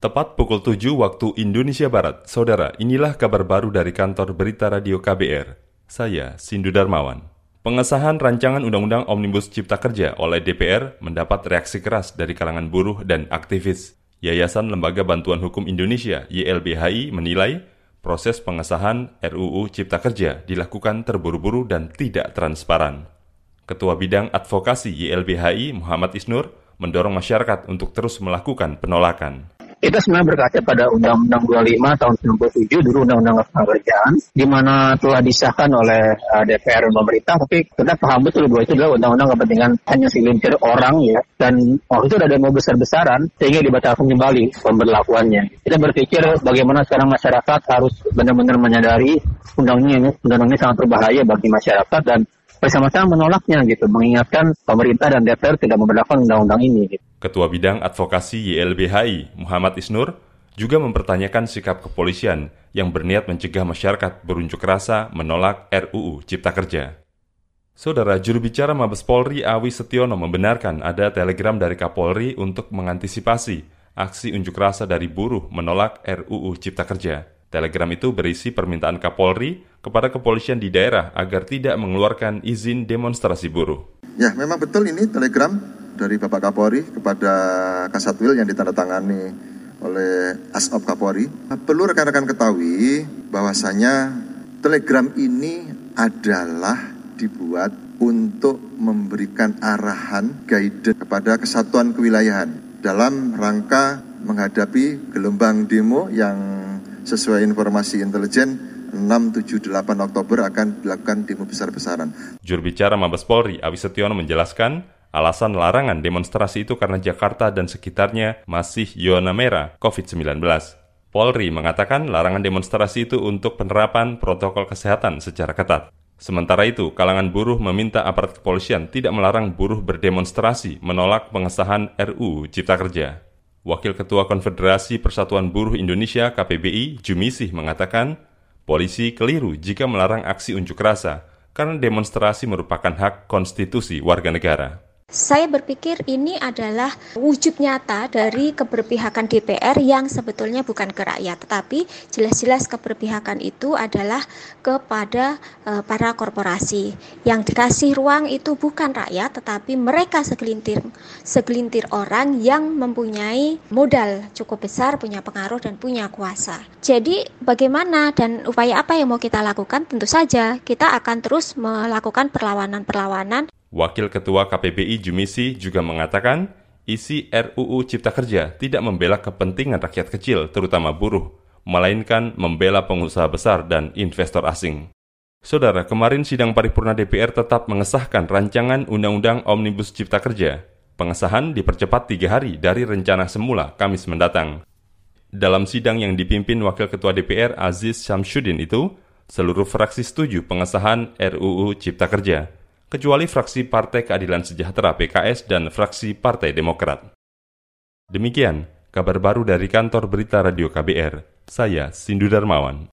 Tepat pukul 7 waktu Indonesia Barat. Saudara, inilah kabar baru dari kantor Berita Radio KBR. Saya, Sindu Darmawan. Pengesahan rancangan Undang-Undang Omnibus Cipta Kerja oleh DPR mendapat reaksi keras dari kalangan buruh dan aktivis. Yayasan Lembaga Bantuan Hukum Indonesia YLBHI menilai proses pengesahan RUU Cipta Kerja dilakukan terburu-buru dan tidak transparan. Ketua Bidang Advokasi YLBHI Muhammad Isnur mendorong masyarakat untuk terus melakukan penolakan. Kita sebenarnya berkaca pada Undang-Undang 25 tahun 97, dulu Undang-Undang Ketenagakerjaan, di mana telah disahkan oleh DPR dan pemerintah, tapi kita paham betul bahwa itu adalah undang-undang kepentingan hanya segelintir orang ya, dan waktu itu ada demo besar-besaran sehingga dibatalkan kembali pemberlakuannya. Kita berpikir bagaimana sekarang masyarakat harus benar-benar menyadari undang ini sangat berbahaya bagi masyarakat dan bersama-sama menolaknya gitu, mengingatkan pemerintah dan DPR tidak memberlakukan undang-undang ini. Gitu. Ketua Bidang Advokasi YLBHI Muhammad Isnur juga mempertanyakan sikap kepolisian yang berniat mencegah masyarakat berunjuk rasa menolak RUU Cipta Kerja. Saudara, juru bicara Mabes Polri Awi Setiono membenarkan ada telegram dari Kapolri untuk mengantisipasi aksi unjuk rasa dari buruh menolak RUU Cipta Kerja. Telegram itu berisi permintaan Kapolri kepada kepolisian di daerah agar tidak mengeluarkan izin demonstrasi buruh. Ya, memang betul ini telegram dari Bapak Kapolri kepada Kasatwil yang ditandatangani oleh Asop Kapolri. Perlu rekan-rekan ketahui bahwasanya telegram ini adalah dibuat untuk memberikan arahan guidance kepada kesatuan kewilayahan dalam rangka menghadapi gelombang demo yang sesuai informasi intelijen 6-7-8 Oktober akan dilakukan demo besar-besaran. Juru bicara Mabes Polri Awi Setiono menjelaskan alasan larangan demonstrasi itu karena Jakarta dan sekitarnya masih zona merah COVID-19. Polri mengatakan larangan demonstrasi itu untuk penerapan protokol kesehatan secara ketat. Sementara itu, kalangan buruh meminta aparat kepolisian tidak melarang buruh berdemonstrasi menolak pengesahan RUU Cipta Kerja. Wakil Ketua Konfederasi Persatuan Buruh Indonesia KPBI, Jumisih, mengatakan polisi keliru jika melarang aksi unjuk rasa karena demonstrasi merupakan hak konstitusi warga negara. Saya berpikir ini adalah wujud nyata dari keberpihakan DPR yang sebetulnya bukan ke rakyat, tetapi jelas-jelas keberpihakan itu adalah kepada para korporasi. Yang dikasih ruang itu bukan rakyat, tetapi mereka segelintir orang yang mempunyai modal cukup besar, punya pengaruh dan punya kuasa. Jadi bagaimana dan upaya apa yang mau kita lakukan? Tentu saja kita akan terus melakukan perlawanan-perlawanan. Wakil Ketua KPBI Jumisi juga mengatakan isi RUU Cipta Kerja tidak membela kepentingan rakyat kecil, terutama buruh, melainkan membela pengusaha besar dan investor asing. Saudara, kemarin sidang paripurna DPR tetap mengesahkan rancangan Undang-Undang Omnibus Cipta Kerja. Pengesahan dipercepat 3 hari dari rencana semula Kamis mendatang. Dalam sidang yang dipimpin Wakil Ketua DPR Aziz Syamsuddin itu, seluruh fraksi setuju pengesahan RUU Cipta Kerja, kecuali fraksi Partai Keadilan Sejahtera PKS dan fraksi Partai Demokrat. Demikian kabar baru dari kantor Berita Radio KBR. Saya Sindu Darmawan.